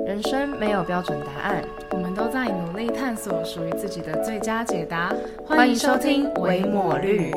人生没有标准答案， 我们都在努力探索属于自己的最佳解答。 欢迎收听微抹绿。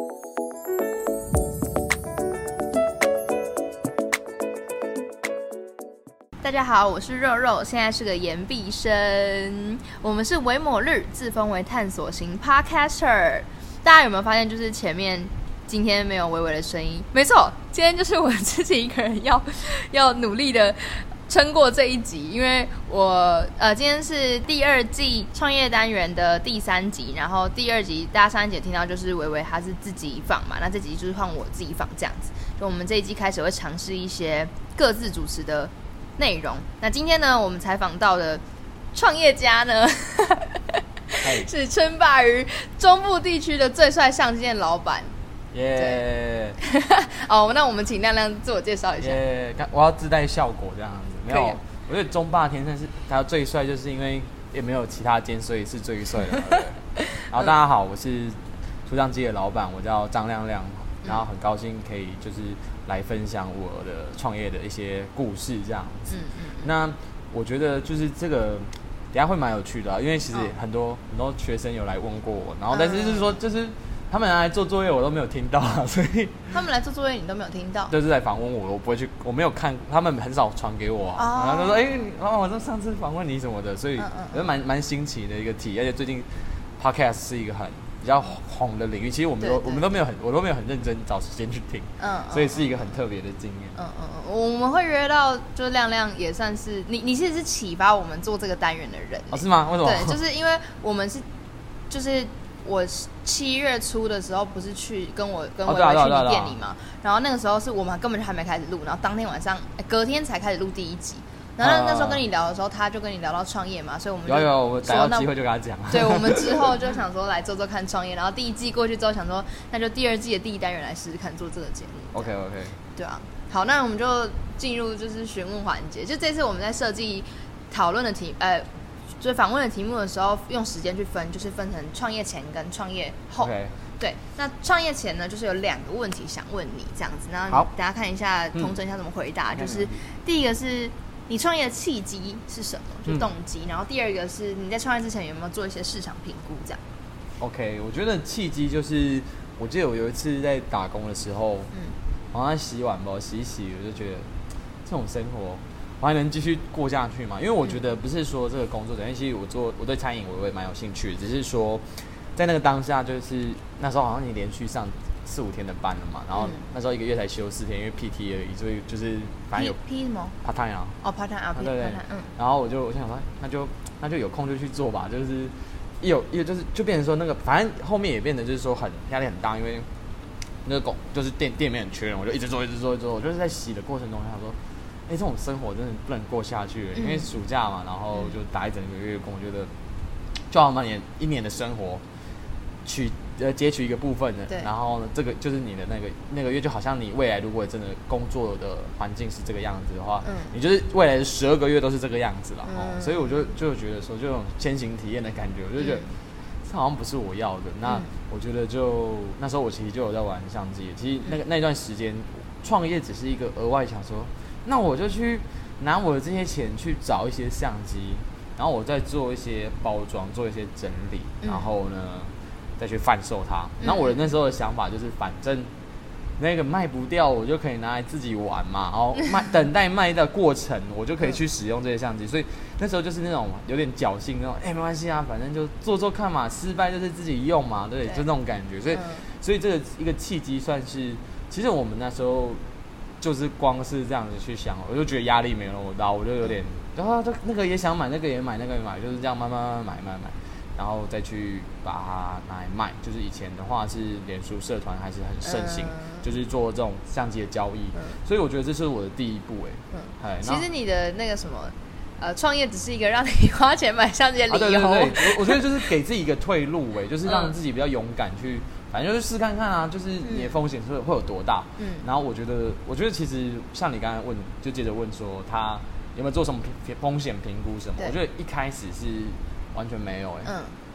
大家好，我是肉肉，现在是个延毕生。我们是微抹绿，自封为探索型 podcaster。大家有没有发现，就是前面今天没有微微的声音？没错，今天就是我自己一个人要努力的撑过这一集，因为我今天是第二季创业单元的第3集，然后第2集大家上一集听到就是微微她是自己访嘛，那这集就是换我自己访这样子。就我们这一季开始会尝试一些各自主持的内容。那今天呢，我们采访到的创业家呢是称霸于中部地区的最帅相机店老板。 耶！ 哦，那我们请亮亮自我介绍一下。 我要自带效果这样子，没有。我觉得中霸天生是他最帅，就是因为也没有其他间，所以是最帅的。然后大家好，我是出相机的老板，我叫张亮亮，然后很高兴可以就是来分享我的创业的一些故事这样子。那我觉得就是这个等一下会蛮有趣的，因为其实很多学生有来问过我，然后但是就是说就是他们来做作业我都没有听到，所以他们来做作业你都没有听到， 就是来访问我，我不会去，我没有看，他们很少传给我然后就说我上次访问你什么的，所以我觉得蛮新奇的一个体验，而且最近 podcast 是一个比较红的领域，其实我们都没有很认真找时间去听，所以是一个很特别的经验。 我们会约到，就是亮亮也算是你其实是启发我们做这个单元的人。 是吗？为什么？ 对，就是因为我们就是我7月初的时候不是跟微微去你店里嘛，然后那个时候是我们根本就还没开始录，然后当天晚上隔天才开始录第1集。然后那时候跟你聊的时候，他就跟你聊到创业嘛，所以我们就我逮到机会就跟他讲。 对，我们之后就想说来做做看创业，然后第1季过去之后想说，那就第2季的第1单元来试试看做这个节目。 OK。 对啊，好，那我们就进入就是询问环节。就这次我们在设计讨论的就是访问的题目的时候，用时间去分，就是分成创业前跟创业后。 Okay. 对，那创业前呢，就是有2个问题想问你这样子，然后大家看一下，统整一下怎么回答。就是第一个是你创业的契机是什么，就动机，然后第2个是你在创业之前有没有做一些市场评估这样。 OK， 我觉得契机就是，我记得我有一次在打工的时候，好像洗碗吧，洗一洗，我就觉得这种生活我还能继续过下去吗？因为我觉得不是说这个工作，因为其实我对餐饮我也蛮有兴趣的，只是说在那个当下，就是那时候好像你连续上4-5天的班了嘛，然后那时候1个月才休4天，因为 PT 而已，所以就是反正有 P 什么 part time 啊 part time 啊， 对，然后我想说那就有空就去做吧，就是就变成说那个，反正后面也变得就是说压力很大，因为那个就是店面很缺人，我就一直做，我就是在洗的过程中想说，这种生活真的不能过下去了，因为暑假嘛，然后就打一整个月工，我觉得就好像1年的生活截取一个部分的，然后呢，这个就是你的那个月，就好像你未来如果真的工作的环境是这个样子的话，你就是未来的12个月都是这个样子了，所以我就觉得说，这种先行体验的感觉，我就觉得这好像不是我要的。那我觉得那时候我其实就有在玩相机，其实那段时间创业只是一个额外想说，那我就去拿我的这些钱去找一些相机，然后我再做一些包装，做一些整理，然后呢再去贩售它。那我那时候的想法就是，反正那个卖不掉，我就可以拿来自己玩嘛。然后等待卖的过程，我就可以去使用这些相机。所以那时候就是那种有点侥幸那种，没关系啊，反正就做做看嘛，失败就是自己用嘛，对，就那种感觉。所以这个一个契机算是，其实我们那时候就是光是这样子去想，我就觉得压力没有那么大，我就有点那个也想买，那个也买，就是这样慢慢买。然后再去把它拿来卖，就是以前的话是脸书社团还是很盛行，就是做这种相机的交易，所以我觉得这是我的第一步其实你的那个什么创业只是一个让你花钱买相机的理由。 对，我觉得就是给自己一个退路就是让自己比较勇敢去，反正就是试看看啊，就是你的风险会有多大。然后我觉得其实像你刚才问，就接着问说他有没有做什么风险评估什么，我觉得一开始是完全没有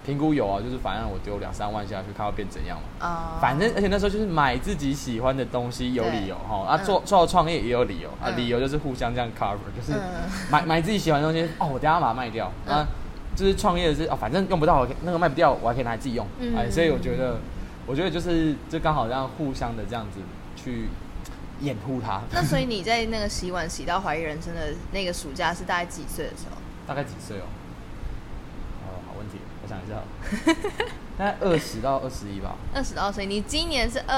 评估有啊，就是反正我丢2-3万下去，看要变怎样嘛。 哦， 反正而且那时候就是买自己喜欢的东西有理由哈，啊做创业也有理由啊，理由就是互相这样 cover， 就是买自己喜欢的东西哦，我等一下把它卖掉啊，就是创业的是哦，反正用不到那个卖不掉，我还可以拿来自己用，所以我觉得就刚好这样互相的这样子去掩护它。 那所以你在那个洗碗洗到怀疑人生的那个暑假是大概几岁的时候？ 大概几岁哦？好问题，我想一下，大概20到21吧。 20到21，你今年是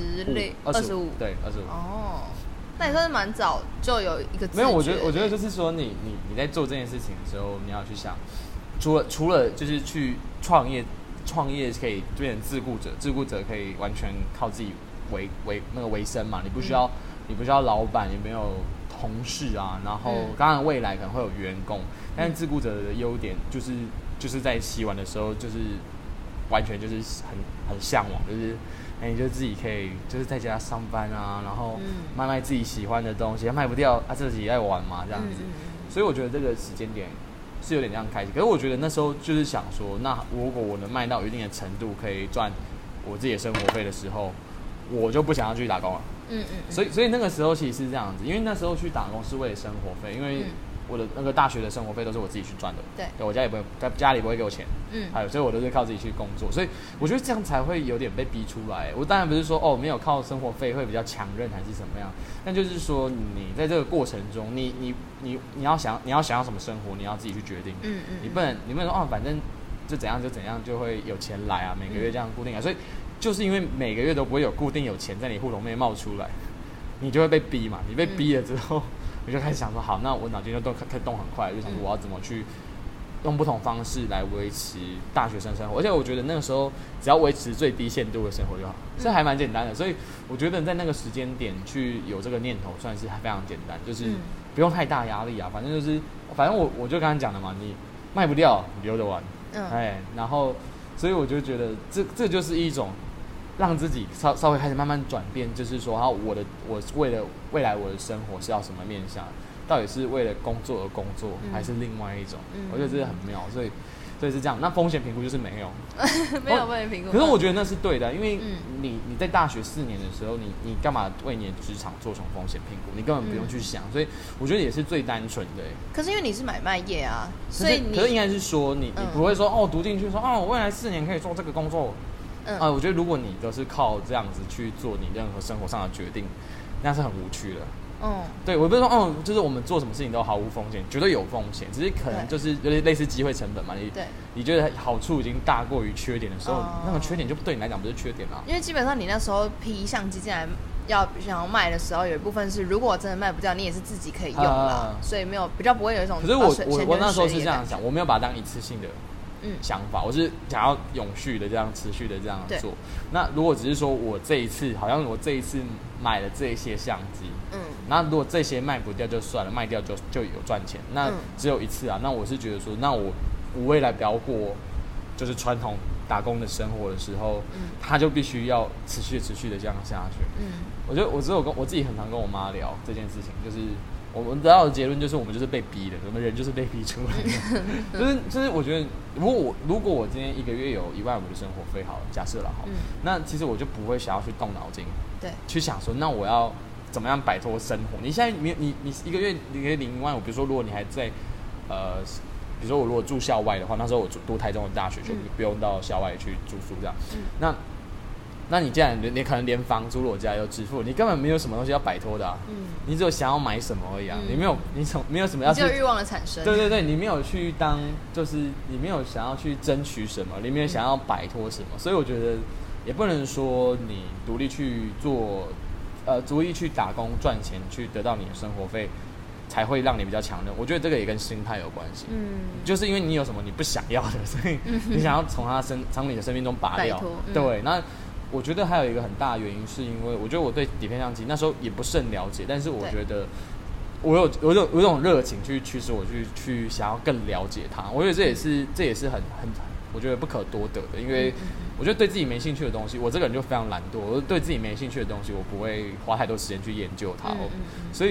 26、25， 对，25。 哦，那也算是蛮早就有一个自觉。 没有，我觉得就是说你在做这件事情的时候，你要去想，除了就是去创业可以变成自雇者可以完全靠自己为生嘛，你不需要老板，也没有同事啊，然后当然未来可能会有员工，但是自雇者的优点就是在洗碗的时候就是完全就是很向往，就是你就自己可以就是在家上班啊，然后卖自己喜欢的东西，卖不掉啊自己爱玩嘛这样子，所以我觉得这个时间点是有点这样开始。可是我觉得那时候就是想说，那如果我能卖到一定的程度，可以赚我自己的生活费的时候，我就不想要去打工了。所以那个时候其实是这样子，因为那时候去打工是为了生活费，因为我的那个大学的生活费都是我自己去赚的，对，我家里不会给我钱，还有所以我都是靠自己去工作，所以我觉得这样才会有点被逼出来。我当然不是说没有靠生活费会比较强韧还是什么样，但就是说你在这个过程中，你要想要什么生活，你要自己去决定，你不能说反正就怎样就会有钱来啊，每个月这样固定来，所以就是因为每个月都不会有固定有钱在你户头内冒出来，你就会被逼嘛，你被逼了之后。我就开始想说，好，那我脑筋就开始动很快，就想说我要怎么去用不同方式来维持大学生生活，而且我觉得那个时候只要维持最低限度的生活就好，这还蛮简单的。所以我觉得在那个时间点去有这个念头，算是非常简单，就是不用太大压力啊。反正我就刚才讲的嘛，你卖不掉，你留着玩，然后所以我就觉得这就是一种。让自己稍微开始慢慢转变，就是说，我为了未来我的生活是要什么面向，到底是为了工作而工作，还是另外一种？我觉得这很妙，所以是这样。那风险评估就是没有， 没有风险评估。 可是我觉得那是对的，因为你在大学4年的时候，你干嘛为你的职场做成风险评估？你根本不用去想，所以我觉得也是最单纯的。 可是因为你是买卖业啊，所以可是应该是说你不会说读进去说我未来4年可以做这个工作。我觉得如果你都是靠这样子去做你任何生活上的决定，那是很无趣的。对，我不是说就是我们做什么事情都毫无风险，绝对有风险，只是可能就是有点类似机会成本嘛。你觉得好处已经大过于缺点的时候，那个缺点就对你来讲不是缺点啦。 因为基本上你那时候批相机进来想要卖的时候，有一部分是如果真的卖不掉，你也是自己可以用啦，所以比较不会有一种。 可是我那时候是这样想，我没有把它当一次性的。想法，我是想要永续的这样持续的这样做。那如果只是说我这一次买了这些相机，那如果这些卖不掉就算了，卖掉就有赚钱。那只有一次啊，那我是觉得说，那我未来不要过就是传统打工的生活的时候，他就必须要持续的这样下去。我觉得我自己很常跟我妈聊这件事情，就是。我们得到的结论就是，我们就是被逼的，我们人就是被逼出来的。就是我觉得，如果我今天1个月有1万5的生活费，好了，假设了那其实我就不会想要去动脑筋，对，去想说，那我要怎么样摆脱生活？你现在你1个月你可以领1万5，比如说如果你还在比如说我如果住校外的话，那时候我读台中的大学，就不用到校外去住宿这样。那你既然你可能连房租我家又支付，你根本没有什么东西要摆脱的啊。你只有想要买什么而已啊。你没有什么要去， 只有欲望的产生。 对，你没有去就是你没有想要去争取什么，你没有想要摆脱什么，所以我觉得也不能说你独立去做，独立去打工赚钱去得到你的生活费，才会让你比较强韧。我觉得这个也跟心态有关系。就是因为你有什么你不想要的，所以你想要从你的生命中拔掉。对，那。我觉得还有一个很大的原因，是因为我觉得我对底片相机那时候也不甚了解，但是我觉得我有一种热情去驱使我去想要更了解它。我觉得这也是很我觉得不可多得的，因为我觉得对自己没兴趣的东西，我这个人就非常懒惰，我对自己没兴趣的东西，我不会花太多时间去研究它。所以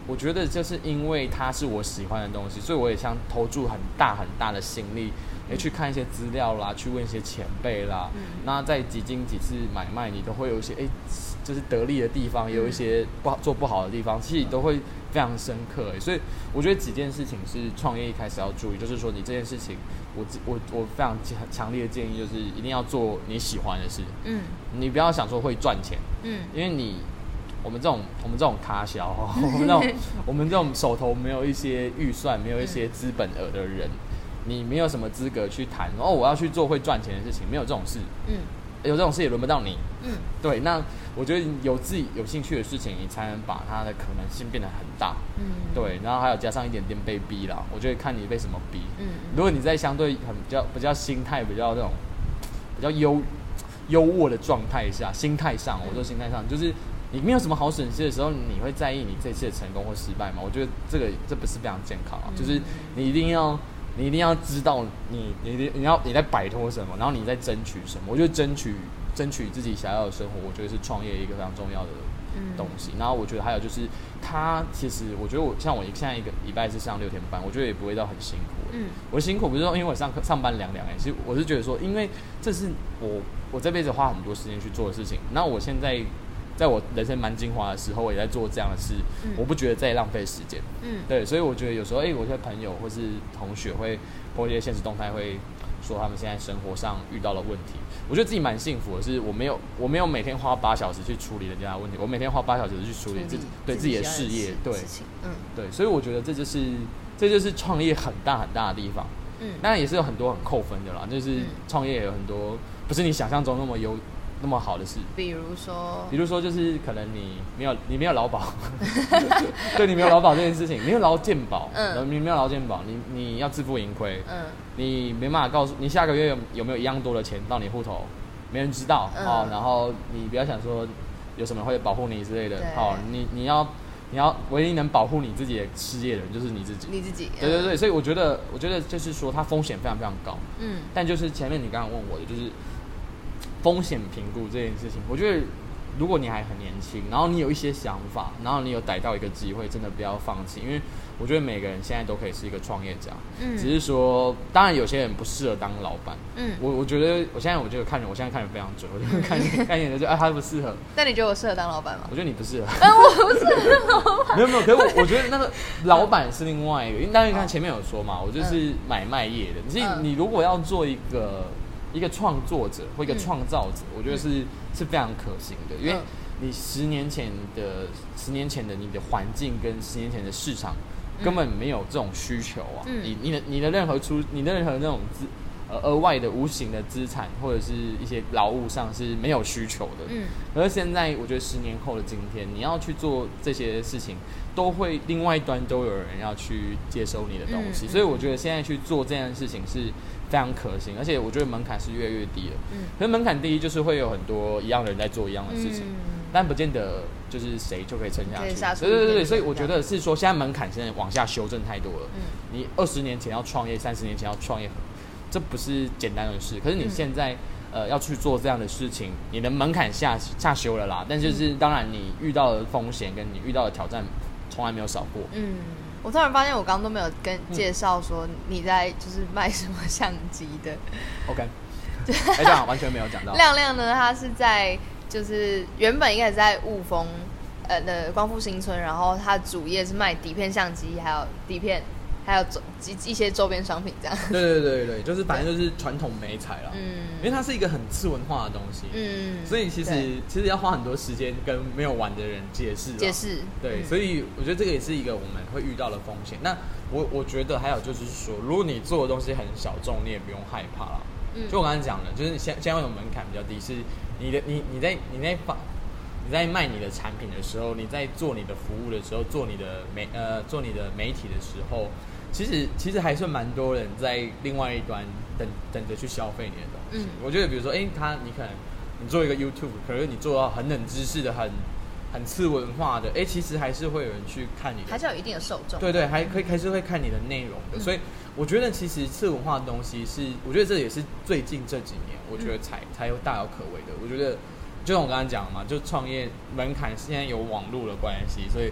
我觉得就是因为它是我喜欢的东西，所以我也想投注很大很大的心力，去看一些资料啦，去问一些前辈啦。那在几经几次买卖，你都会有一些就是得力的地方，也有一些做不好的地方，其实都会非常深刻。所以我觉得几件事情是创业一开始要注意，就是说你这件事情，我非常强烈的建议就是一定要做你喜欢的事。你不要想说会赚钱。因为我们这种咖小我们这种手头没有一些预算，没有一些资本额的人，你没有什么资格去谈我要去做会赚钱的事情，没有这种事。有这种事也轮不到你。对，那我觉得有自己有兴趣的事情，你才能把它的可能性变得很大。对，然后还有加上一点点被逼啦，我觉得看你被什么逼。如果你在相对比较心态比较那种比较优渥的状态下，心态上，我说心态上就是你没有什么好损失的时候，你会在意你这次的成功或失败吗？我觉得这不是非常健康啊。就是你一定要知道你在摆脱什么，然后你在争取什么。我觉得争取自己想要的生活，我觉得是创业一个非常重要的东西。然后我觉得还有就是，其实我觉得我现在一个礼拜是上6天班，我觉得也不会到很辛苦。我的辛苦不是说因为我上班凉，其实我是觉得说，因为这是我这辈子花很多时间去做的事情。那我现在我人生蛮精华的时候，我也在做这样的事，我不觉得在浪费时间。对，所以我觉得有时候我些朋友或是同学会播一些现实动态，会说他们现在生活上遇到了问题。我觉得自己蛮幸福的是，我没有每天花8小时去处理人家的问题，我每天花8小时去处理自己的事业。对，所以我觉得这就是创业很大很大的地方。当然也是有很多很扣分的啦，就是创业有很多不是你想象中那么好的事。比如说就是可能你没有劳保。对，你没有劳保这件事情，没有劳健保。你没有劳健保，你要自负盈亏。你没办法告诉你下个月有没有一样多的钱到你户头，没人知道。然后你不要想说有什么会保护你之类的。你要唯一能保护你自己的事业的人就是你自己。对，所以我觉得就是说它风险非常非常高。但就是前面你刚刚问我的就是风险评估这件事情，我觉得如果你还很年轻，然后你有一些想法，然后你有逮到一个机会，真的不要放弃，因为我觉得每个人现在都可以是一个创业家。只是说当然有些人不适合当老板。我觉得我现在看人非常准，我就看人就他不适合。 但你觉得我适合当老板吗？ 我觉得你不适合。 我不适合老板。 没有，可是我觉得那个老板是另外一个，因为当然你看前面有说嘛，我就是买卖业的。你如果要做一个创作者或一个创造者，我觉得是非常可行的，因为你10年前的你的环境跟10年前的市场根本没有这种需求啊。你的任何那种额外的无形的资产或者是一些劳务上是没有需求的。而现在我觉得10年后的今天，你要去做这些事情，都会另外一端都有人要去接收你的东西。所以我觉得现在去做这件事情是非常可行，而且我觉得门槛是越来越低的。可是门槛低就是会有很多一样的人在做一样的事情，但不见得就是谁就可以撑下去。对，所以我觉得是说现在门槛现在往下修正太多了。你20年前要创业，30年前要创业，这不是简单的事。可是你现在要去做这样的事情，你的门槛下修了啦，但就是当然你遇到的风险跟你遇到的挑战从来没有少过。 我突然发现我刚刚都没有跟介绍说你在就是卖什么相机的。 OK， 这样完全没有讲到。 亮亮呢，他是在就是原本应该是在雾峰的光复新村，然后他主业是卖底片相机，还有底片，还有一些周边商品这样。 对，就是反正就是传统媒材啦。因为它是一个很次文化的东西。所以其实要花很多时间跟没有玩的人解释。对，所以我觉得这个也是一个我们会遇到的风险。那我觉得还有就是说，如果你做的东西很小众，你也不用害怕啦。就我刚才讲的，就是现在为什么门槛比较低，是你在卖你的产品的时候，你在做你的服务的时候，做你的媒体的时候，其实还是蛮多人在另外一端等着去消费你的东西。我觉得比如说你可能你做一个 YouTube， 可是你做到很冷知识的很次文化的，其实还是会有人去看你的， 还是有一定的受众。 对，还是会看你的内容的。所以我觉得其实次文化的东西我觉得这也是最近这几年我觉得才有大有可为的。我觉得就像我刚才讲的嘛，就创业门槛现在有网络的关系，所以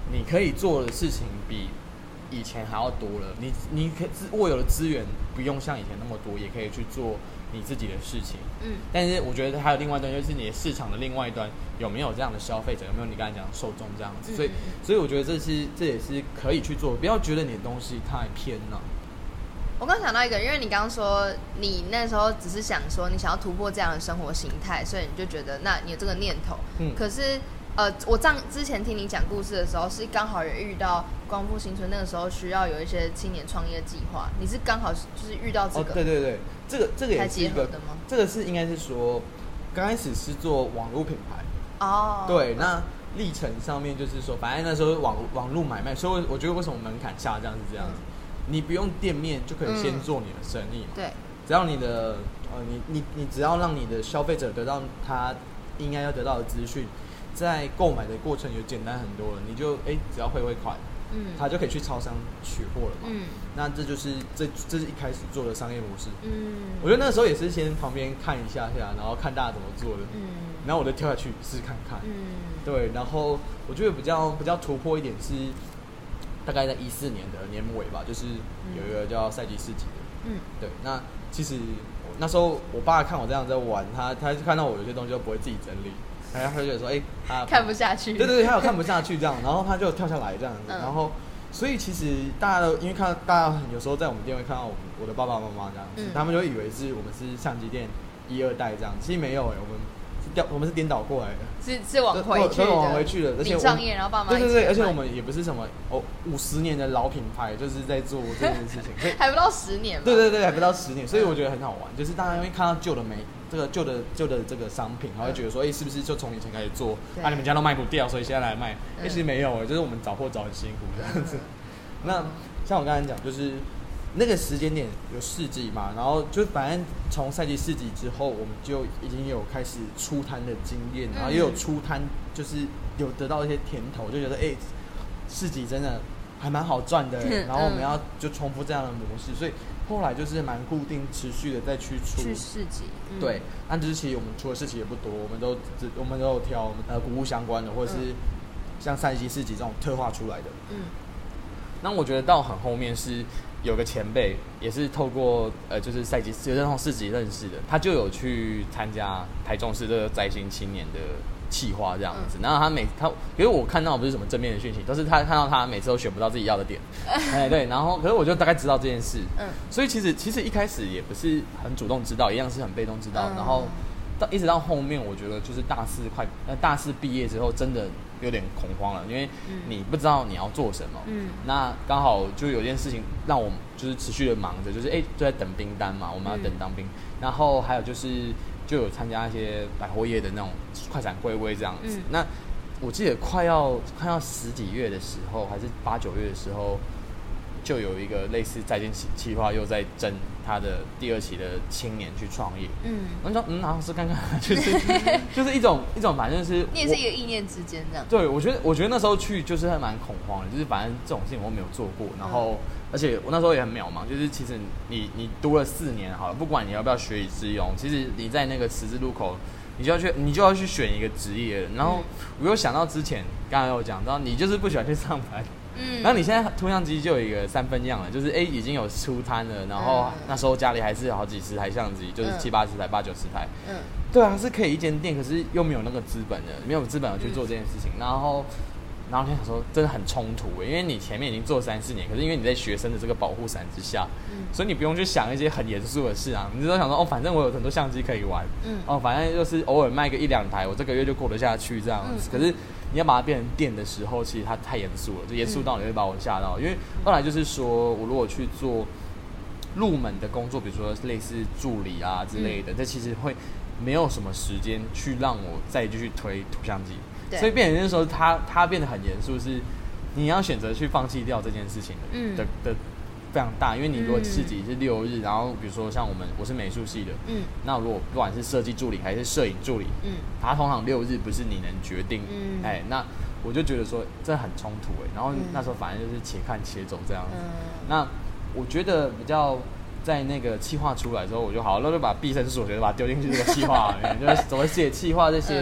你可以做的事情比以前还要多了。你可握有的资源不用像以前那么多，也可以去做你自己的事情。但是我觉得还有另外一端，就是你的市场的另外一端有没有这样的消费者，有没有你刚才讲的受众这样子。所以我觉得这也是可以去做，不要觉得你的东西太偏了。 我刚想到一个，因为你刚刚说你那时候只是想说你想要突破这样的生活形态，所以你就觉得那你有这个念头。可是我之前听你讲故事的时候，是刚好也遇到光复新村那个时候需要有一些青年创业计划，你是刚好就是遇到这个？ 对，这个也是一个的吗？这个是应该是说刚开始是做网络品牌对，那历程上面就是说，反正那时候网络买卖，所以我觉得为什么门槛下降是这样子。你不用店面就可以先做你的生意嘛？ 对， 只要你的你只要让你的消费者得到他应该要得到的资讯，在购买的过程就简单很多了。你就只要汇款，他就可以去超商取货了嘛。那这就是这是一开始做的商业模式。我觉得那时候也是先旁边看一下，然后看大家怎么做的。然后我就跳下去试看看。对，然后我觉得比较突破一点是。大概在2014年的年尾吧，就是有一个叫赛季市集的，对。那其实那时候我爸看我这样在玩，他就看到我有些东西都不会自己整理，他就觉得说，他看不下去， 对，他有看不下去这样，然后他就跳下来这样子，然后所以其实大家都因为大家有时候在我们店会看到我的爸爸妈妈这样子，他们就以为是我们是相机店1、2代这样，其实没有我们是颠倒过来的， 是往回去的， 而且你创业，然后爸妈对，而且我们也不是什么50年的老品牌，就是在做这件事情，所以还不到10年吧。 对，还不到10年，所以我觉得很好玩，就是大家会看到旧的旧的这个商品，然后会觉得说，是不是就从以前开始做，你们家都卖不掉，所以现在来卖，其实没有，就是我们找货找很辛苦这样子。那像我刚才讲，就是那个时间点有市集嘛，然后就反正从赛季市集之后，我们就已经有开始出摊的经验，然后也有出摊，就是有得到一些甜头，就觉得市集真的还蛮好赚的，然后我们要就重复这样的模式，所以后来就是蛮固定持续的再去市集。 对，那就是其实我们出的市集也不多，我们都有挑谷物相关的，或者是像赛季市集这种特化出来的。那我觉得到很后面是有个前辈，也是透过就是赛季有从市集认识的，他就有去参加台中市这个在新青年的企划这样子。然后因为我看到不是什么正面的讯息，都是他看到他每次都选不到自己要的点，对，然后可是我就大概知道这件事，所以其实一开始也不是很主动知道，一样是很被动知道，然后一直到后面，我觉得就是大四毕业之后，真的有点恐慌了，因为你不知道你要做什么。那刚好就有件事情让我就是持续的忙着，就是就在等兵单嘛，我们要等当兵。然后还有就有参加一些百货业的那种快闪归位这样子。那我记得快要10几月的时候，还是8、9月的时候，就有一个类似在建企划又在争他的第2期的青年去创业。我说好像是看看，就是一种反正就是你也是一个意念之间这样。 对，我觉得那时候去就是还蛮恐慌的，就是反正这种事情我没有做过，然后而且我那时候也很渺茫，就是其实你读了4年好了，不管你要不要学以致用，其实你在那个十字路口，你就要去选一个职业。然后我又想到之前刚才有讲到，你就是不喜欢去上班。然后你现在图像机就有一个3分样了，就是已经有出摊了，然后那时候家里还是有好几10台相机，就是7、80台、8、90台。对啊，是可以一间店，可是又没有那个资本的，没有资本去做这件事情。然后就想说，真的很冲突，因为你前面已经做3、4年，可是因为你在学生的这个保护伞之下，所以你不用去想一些很严肃的事啊，你只要想说反正我有很多相机可以玩，反正就是偶尔卖个1、2台，我这个月就过得下去这样子。可是你要把它变成店的时候，其实它太严肃了，就严肃到你会把我吓到。因为后来就是说我如果去做入门的工作，比如说类似助理啊之类的，这其实会没有什么时间去让我再继续推图像机，所以变成就是说它变得很严肃，是你要选择去放弃掉这件事情的非常大。因为你如果市集是6日，然后比如说像我是美术系的，那如果不管是设计助理还是摄影助理，它通常6日不是你能决定，那我就觉得说这很冲突然后那时候反正就是且看且走这样子。那我觉得比较在那个企划出来之后，我就好了，就把毕生所学把它丢进去这个企划里面，就是怎么写企划这些，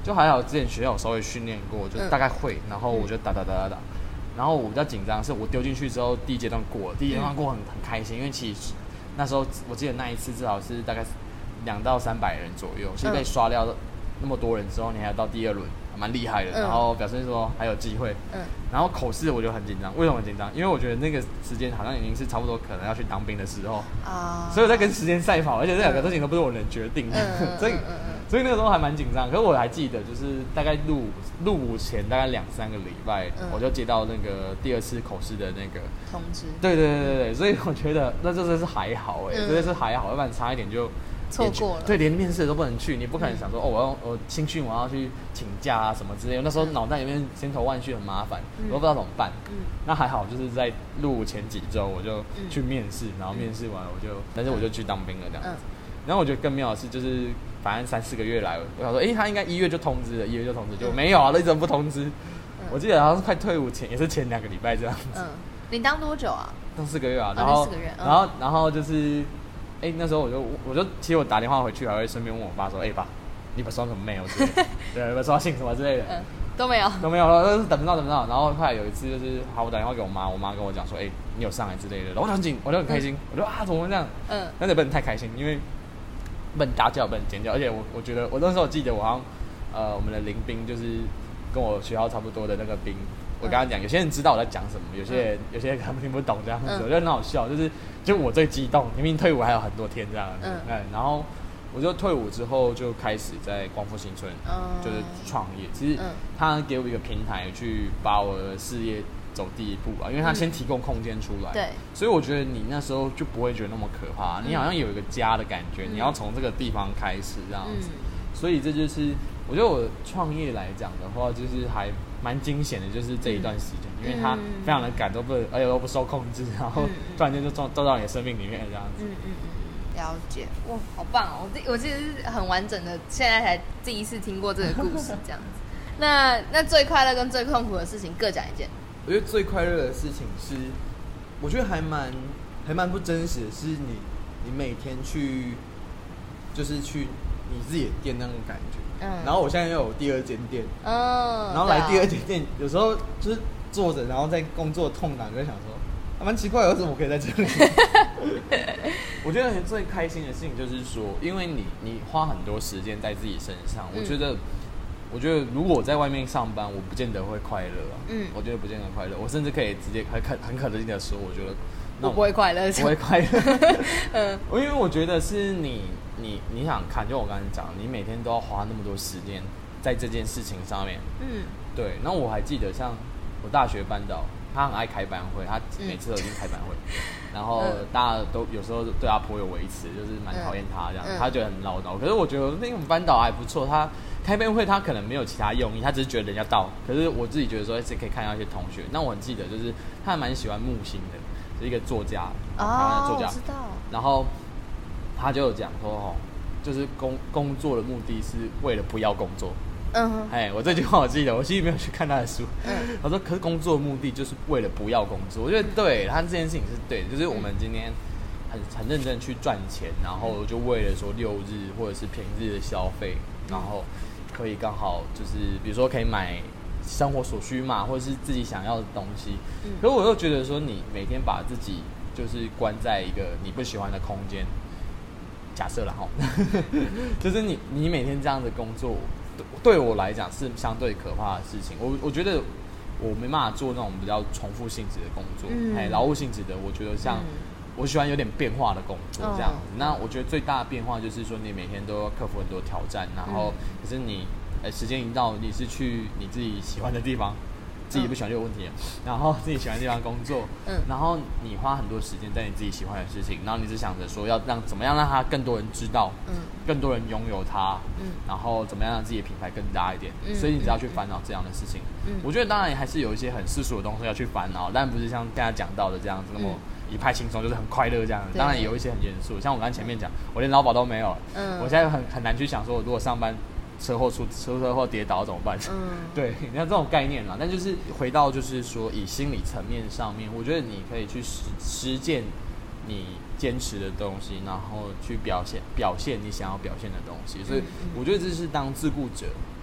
就还好之前学校有稍微训练过，就大概会，然后我就打，然后我比较紧张是我丢进去之后第一阶段过了，第一阶段过很开心，因为其实那时候我记得那一次至少是大概200到300人左右，是被刷掉那么多人之后，你还要到第2轮，蛮厉害的。然后表示说还有机会。然后口试我就很紧张，为什么很紧张？因为我觉得那个时间好像已经是差不多可能要去当兵的时候所以我在跟时间赛跑，而且这2个事情都不是我能决定的，所以那个时候还蛮紧张。可是我还记得，就是大概入伍前大概2-3个礼拜，我就接到那个第2次口试的那个通知。 对，所以我觉得那真的是还好真的是还好，要不然差一点就错过了。 对，连面试都不能去，你不可能想说我新训我要去请假啊什么之类的。那时候脑袋里面千头万绪，很麻烦，我都不知道怎么办。那还好，就是在入伍前几周我就去面试，然后面试完但是我就去当兵了这样子。然后我觉得更妙的是，就是反正3-4个月来，我想说，他应该1月就通知了，1月就通知，就没有啊，都一直不通知。我记得好像是快退伍前，也是前2个礼拜这样子。 你当多久啊？ 当4个月啊， 然后4个月， 然后就是，那时候我就其实我打电话回去，还会顺便问我爸说，爸，你把收到什么 mail 之类的，对，把收到信什么之类的， 都没有了，等不到。然后后来有一次就是，我打电话给我妈，我妈跟我讲说，你有上来之类的，然后我就很开心，我就怎么会这样？但是不能太开心，因为不能打叫，不能尖叫，而且我觉得我那时候记得我好像我们的临兵就是跟我学校差不多的那个兵，我跟他讲，有些人知道我在讲什么，有些人可能听不懂这样子，我觉得很好笑，就我最激动，明明退伍还有很多天这样子，然后我就退伍之后就开始在光复新村就是创业，其实他给我一个平台去把我的事业走第一步吧，因为他先提供空间出来， 对， 所以我觉得你那时候就不会觉得那么可怕，你好像有一个家的感觉，你要从这个地方开始这样子，所以这就是我觉得我创业来讲的话，就是还蛮惊险的，就是这一段时间，因为它非常的赶，而且都不受控制，然后突然间就走到你的生命里面这样子。 了解，哇，好棒哦！我其实是很完整的，现在才第一次听过这个故事这样子。那最快乐跟最痛苦的事情各讲一件。 我觉得最快乐的事情是，我觉得还蛮不真实的，是你每天就是去你自己的店那种感觉。然后我现在又有第2间店，然后来第2间店，有时候就是坐着，然后在工作痛感，就会想说，还蛮奇怪的，为什么我可以在这里？ 我觉得最开心的事情就是说，因为你花很多时间在自己身上，我觉得如果我在外面上班，我不见得会快乐我觉得不见得快乐，我甚至可以直接很肯定的说，我觉得我不会快乐， 不会快乐。因为我觉得是你想看，就我刚才讲，你每天都要花那么多时间在这件事情上面。对。然后我还记得，像我大学班导，他很爱开班会，他每次都已经开班会，然后大家都有时候对他颇有微词，就是蛮讨厌他这样，他觉得很唠叨。可是我觉得那种班导还不错，他开班会他可能没有其他用意，他只是觉得人家到。可是我自己觉得说，可以看到一些同学。那我很记得，就是他还蛮喜欢木星的，是一个作家，台湾的作家。 我知道。然后他就有讲说，就是工作的目的是为了不要工作。我这句话我记得，我其实没有去看他的书。他说，可是工作的目的就是为了不要工作。我觉得对他这件事情是对的，就是我们今天很认真去赚钱，然后就为了说6日或者是平日的消费，然后可以刚好就是比如说可以买生活所需嘛，或者是自己想要的东西。可是我又觉得说，你每天把自己就是关在一个你不喜欢的空间，假设啦就是你每天这样的工作，对我来讲是相对可怕的事情。我觉得我没办法做那种比较重复性质的工作，劳务性质的，我觉得像我喜欢有点变化的工作这样子。那我觉得最大的变化就是说，你每天都要克服很多挑战，然后可是你时间一到，你是去你自己喜欢的地方，自己不喜欢就有问题了。然后自己喜欢的地方工作，然后你花很多时间在你自己喜欢的事情，然后你只想着说要怎么样让他更多人知道，更多人拥有它，然后怎么样让自己的品牌更大一点。所以你只要去烦恼这样的事情。我觉得当然还是有一些很世俗的东西要去烦恼，但不是像大家讲到的这样子那么一派轻松，就是很快乐这样子。当然也有一些很严肃，像我刚才前面讲，我连劳保都没有了，我现在很难去想说，我如果上班车祸跌倒怎么办？对，你看这种概念啦。但就是回到就是说，以心理层面上面，我觉得你可以去实践你坚持的东西，然后去表现你想要表现的东西。所以我觉得这是当自雇者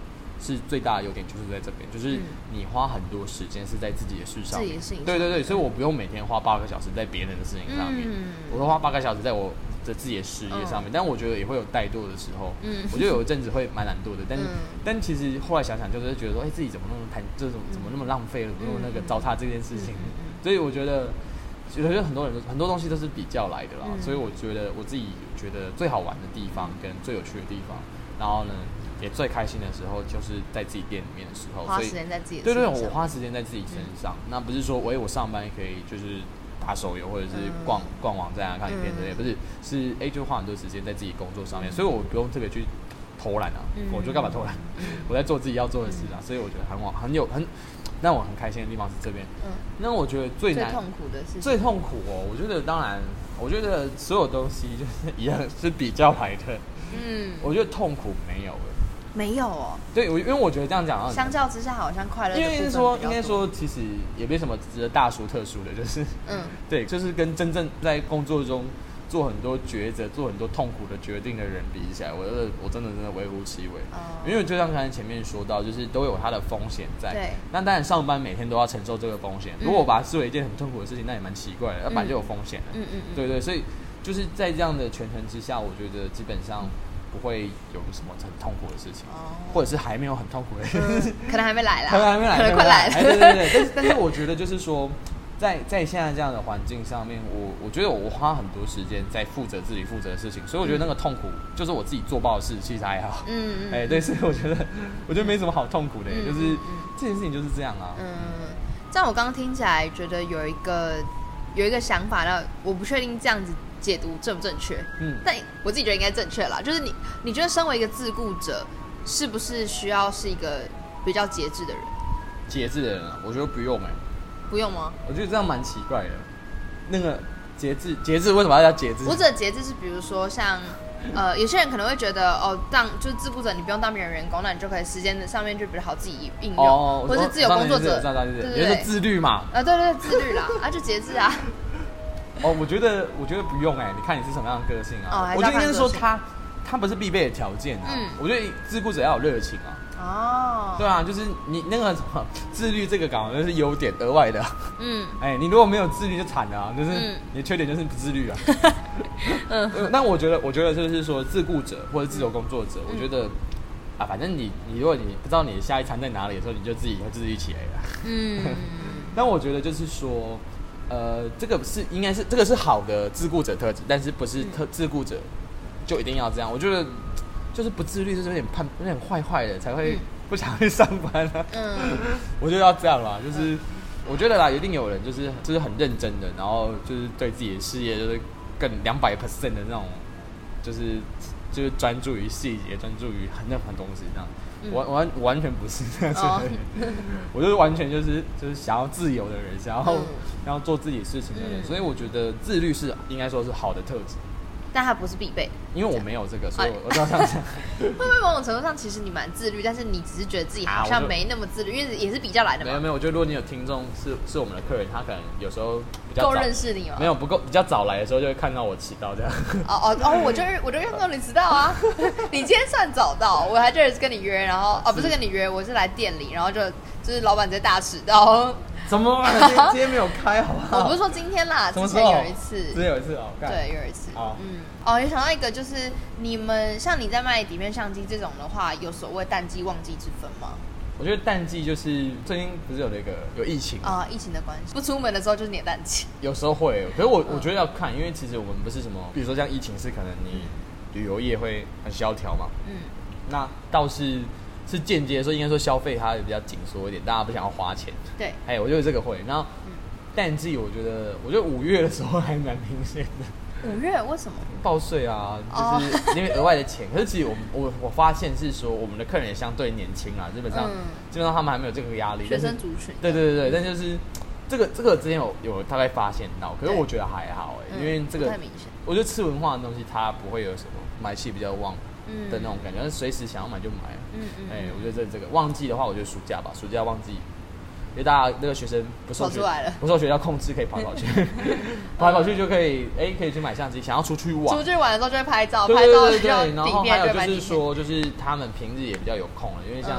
是最大的优点，就是在这边，就是你花很多时间是在自己的事上面， 对对对对，所以我不用每天花8个小时在别人的事情上面，我会花8个小时在我的自己的事业上面，但我觉得也会有怠惰的时候，我觉得有一阵子会蛮懒惰的，但其实后来想想，就是觉得说，自己怎么那么这种怎么那么浪费了，不用那个糟蹋这件事情，所以我觉得很多东西都是比较来的啦，所以我觉得我自己觉得最好玩的地方跟最有趣的地方，然后呢也最开心的时候，就是在自己店里面的时候， 花时间在自己的对对，我花时间在自己身上，那不是说我上班可以就是打手游或者是逛网站啊看影片之类，不是就花很多时间在自己工作上面，所以我不用特别去偷懒啊，我就干嘛偷懒？我在做自己要做的事啊，所以我觉得很让我很开心的地方是这边。那我觉得最痛苦的是最痛苦哦，我觉得当然，我觉得所有东西就是一样是比较来的。我觉得痛苦没有了。 没有哦。 对，因为我觉得这样讲， 相较之下好像快乐的部分比较多。 应该说其实也没什么值得大书特书的，就是对，就是跟真正在工作中做很多抉择、做很多痛苦的决定的人比起来，我真的微乎其微。因为就像刚才前面说到，就是都有它的风险在。 对。 那当然，上班每天都要承受这个风险。如果我把它视为一件很痛苦的事情，那也蛮奇怪的。本来就有风险的。对对，所以就是在这样的权衡之下，我觉得基本上不会有什么很痛苦的事情，或者是还没有很痛苦的事情， 可能还没来啦， 可能快来了。 对对对，但是我觉得就是说。在现在这样的环境上面，我觉得我花很多时间在负责自己负责的事情，所以我觉得那个痛苦就是我自己做爆的事，其实还好。对，所以我觉得没什么好痛苦的，就是这件事情就是这样啊。 这样我刚刚听起来觉得有一个想法，那我不确定这样子解读正不正确，但我自己觉得应该正确啦。就是你觉得身为一个自雇者，是不是需要是一个比较节制的人？ 节制的人啊，我觉得不用不用吗？ 我觉得这样蛮奇怪的。那个节制为什么要叫节制？ 我指的节制是比如说像有些人可能会觉得就是自雇者你不用当别人员工，那你就可以时间上面就比较好自己应用，或是自由工作者， 对，也是自律嘛。 对，自律啦，就节制啊。 我觉得不用你看你是什么样的个性啊？我觉得应该是说他不是必备的条件啊。我觉得自雇者要有热情啊。对啊，就是你那个自律这个岗那是优点额外的。你如果没有自律就惨了啊，就是你的缺点就是不自律啊。那我觉得就是说自雇者或者自由工作者，我觉得反正你如果你不知道你的下一餐在哪里的时候，你就自己会自律起来了。但我觉得就是说，这个应该是这个是好的自雇者特质，但是不是自雇者就一定要这样。我觉得就是不自律，就是有点坏的，才会不想去上班啊。我觉得要这样啦，就是我觉得啦，一定有人就是很认真的，然后就是对自己的事业就是更200% 的那种，就是专注于细节，专注于很东西这样。我完全不是这样子的人，我就是完全就是想要自由的人，想要做自己事情的人，所以我觉得自律是应该说是好的特质。 但它不是必备， 因为我没有这个，所以我知道这样讲。 会不会某种程度上，其实你蛮自律，但是你只是觉得自己好像没那么自律，因为也是比较来的嘛。 没有，我觉得如果你有听众是我们的客人，他可能有时候比较够认识你吗？ 没有不够，比较早来的时候就会看到我迟到这样。 我就认到你迟到啊！你今天算早到，我还就是跟你约，然后不是跟你约，我是来店里，然后就是老板直接大迟到。 怎么？今天没有开，好不好？ 我不是说今天啦，之前有一次对，有一次。也想到一个，就是你们像你在卖底片相机这种的话，有所谓淡季旺季之分吗？ 我觉得淡季就是最近不是有疫情疫情的关系，不出门的时候就是你的淡季。 有时候会，可是我觉得要看，因为其实我们不是什么，比如说像疫情是可能你旅游业会很萧条嘛，那倒是间接说，应该说消费它比较紧缩一点，大家不想要花钱。对，我觉得这个会。然后淡季，我觉得5月的时候还蛮明显的。 5月为什么？ 报税啊，就是因为额外的钱。可是其实我发现是说，我们的客人也相对年轻啦，基本上他们还没有这个压力。 学生族群。 对，但就是这个之前有大概发现到，可是我觉得还好因为这个太明显。 我觉得吃文化的东西它不会有什么买气比较旺的那种感觉，但是随时想要买就买。我觉得这个旺季的话，我觉得暑假旺季。因为大家那个学生不受学校控制，可以跑来跑去，跑来跑去就可以可以去买相机。想要出去玩的时候就会拍照， 对， 然后还有就是说，就是他们平日也比较有空了，因为像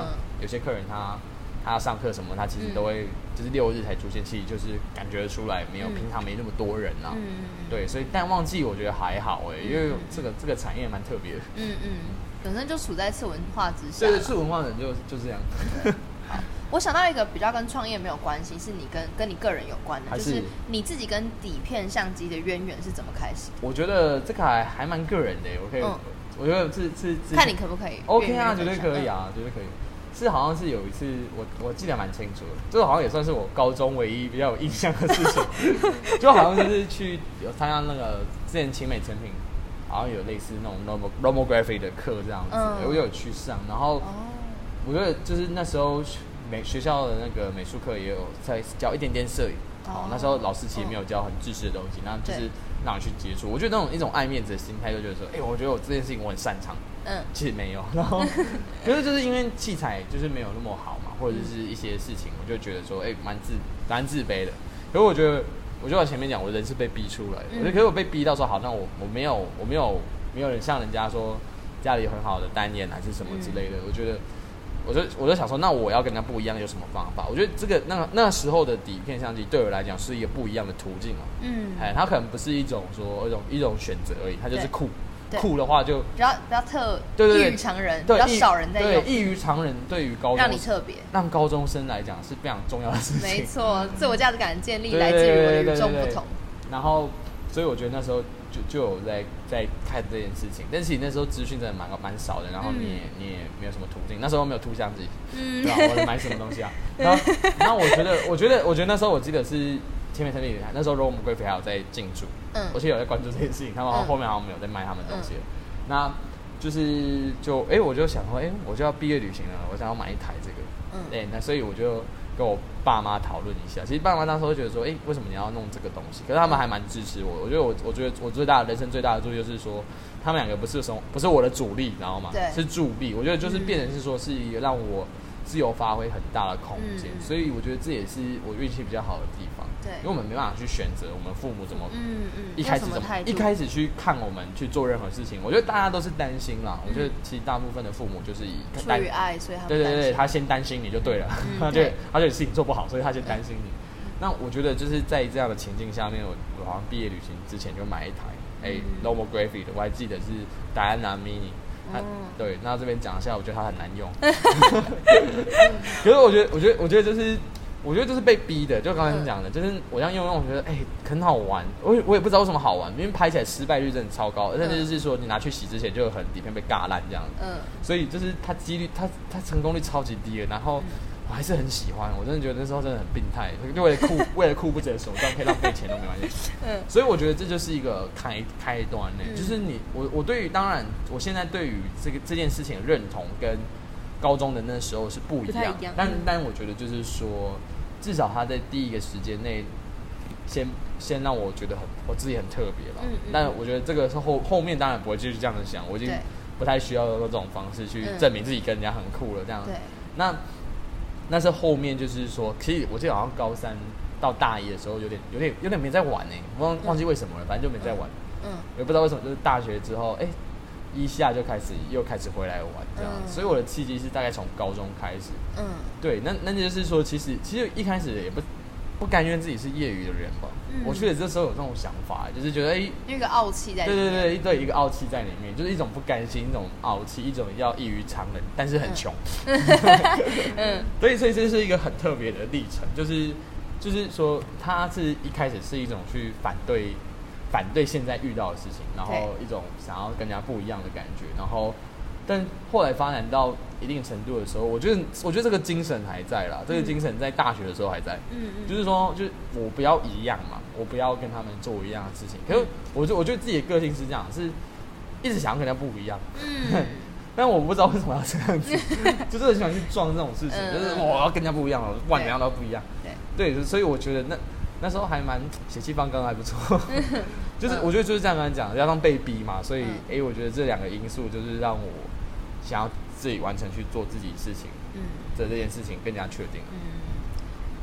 有些客人他上课什么，他其实都会就是6日才出现，其实就是感觉出来没有平常没那么多人啊。对，所以淡旺季我觉得还好因为这个产业蛮特别的。 本身就处在次文化之下。 对，次文化的人就这样。 好，我想到一个比较跟创业没有关系，是你跟你个人有关的，就是你自己跟底片相机的渊源是怎么开始？ 我觉得这个还蛮个人的，我可以，我觉得是看你可不可以 ？OK 啊，绝对可以啊，绝对可以。是好像是有一次，我记得蛮清楚的，这个好像也算是我高中唯一比较有印象的事情，就好像就是去有参加那个之前清美成品，好像有类似那种 nomography 的课这样子，我有去上，然后我觉得就是那时候学校的那个美术课也有在教一点点摄影，那时候老师其实没有教很知识的东西，那就是让你去接触。我觉得那种一种爱面子的心态，就觉得说，我觉得我这件事情我很擅长。其实没有，然后可是就是因为器材就是没有那么好嘛，或者是一些事情，我就觉得说，蛮自卑的。可是我觉得我前面讲，我人是被逼出来的。我觉得可是我被逼到说，好，那我没有人像人家说家里有很好的单眼还是什么之类的。我觉得，我就想说，那我要跟人家不一样，有什么方法？我觉得这个那时候的底片相机对我来讲是一个不一样的途径它可能不是一种选择而已，它就是酷。酷的话就比较异于常人，比较少人在用。 对，异于常人对于高中让你特别， 让高中生来讲是非常重要的事情。 没错，自我价值感的建立来自于我的与众不同。 然后，所以我觉得那时候就有在看这件事情，但是其实那时候资讯真的蛮少的，然后你也没有什么途径，那时候没有图相机，对吧？我买什么东西啊？然后我觉得那时候我记得是。前面成立那时候 nomography 还有在进驻，我其实有在关注这件事情，他们后面好像没有在卖他们的东西了。那我就想说，我就要毕业旅行了，我想要买一台这个，那所以我就跟我爸妈讨论一下。其实爸妈那时候会觉得说，为什么你要弄这个东西？可是他们还蛮支持我。我觉得我人生最大的助力就是说，他们两个不是我的主力，你知道吗？是助力。我觉得就是变成是说是一个让我自由发挥很大的空间，所以我觉得这也是我运气比较好的地方。对，因为我们没办法去选择我们父母怎么，一开始去看我们去做任何事情。我觉得大家都是担心啦。我觉得其实大部分的父母就是出于爱，所以他对，他先担心你就对了，他觉得事情做不好，所以他先担心你。那我觉得就是在这样的情境下面，我好像毕业旅行之前就买一台nomography 的，我还记得是Diana Mini。对，那这边讲一下，我觉得它很难用。可是我觉得就是被逼的，就刚才讲的，就是我这样用，我觉得很好玩。我也不知道为什么好玩，因为拍起来失败率真的超高，甚至就是说你拿去洗之前就有底片被尬烂这样。所以就是它几率，它成功率超级低的，然后。我还是很喜欢，我真的觉得那时候真的很病态，就为了酷不择手段，可以浪费钱都没关系。所以我觉得这就是一个开端呢，就是我对于当然我现在对于这件事情的认同跟高中的那时候是不一样，但我觉得就是说，至少他在第一个时间内先让我觉得我自己很特别了。但我觉得这个是后面当然不会继续这样子想，我已经不太需要用这种方式去证明自己跟人家很酷了这样。那是后面就是说，其实我记得好像高3到大1的时候有点没在玩忘记为什么了，反正就没在玩。也不知道为什么，就是大学之后，一下就又开始回来玩这样。所以我的契机是大概从高中开始。对，那就是说，其实一开始也不甘愿自己是业余的人吧。我去的这时候有这种想法，就是觉得一个傲气在里面。 对，一个傲气在里面，就是一种不甘心，一种傲气，一种要异于常人，但是很穷。所以这是一个很特别的历程，就是说，它是一开始是一种去反对现在遇到的事情，然后一种想要跟人家不一样的感觉，然后。但后来发展到一定程度的时候，我觉得这个精神还在啦，这个精神在大学的时候还在。就是说，就是我不要一样嘛，我不要跟他们做一样的事情。可是我觉得自己的个性是这样，是一直想要跟人家不一样。但我不知道为什么要这样子，就是很喜欢去撞这种事情，就是我要跟人家不一样了，不管怎样都不一样。对，所以我觉得那时候还蛮血气方刚，还不错。就是我觉得就是这样跟他讲，加上被逼嘛，所以我觉得这两个因素就是让我想要自己完成去做自己事情，这件事情更加确定。 好，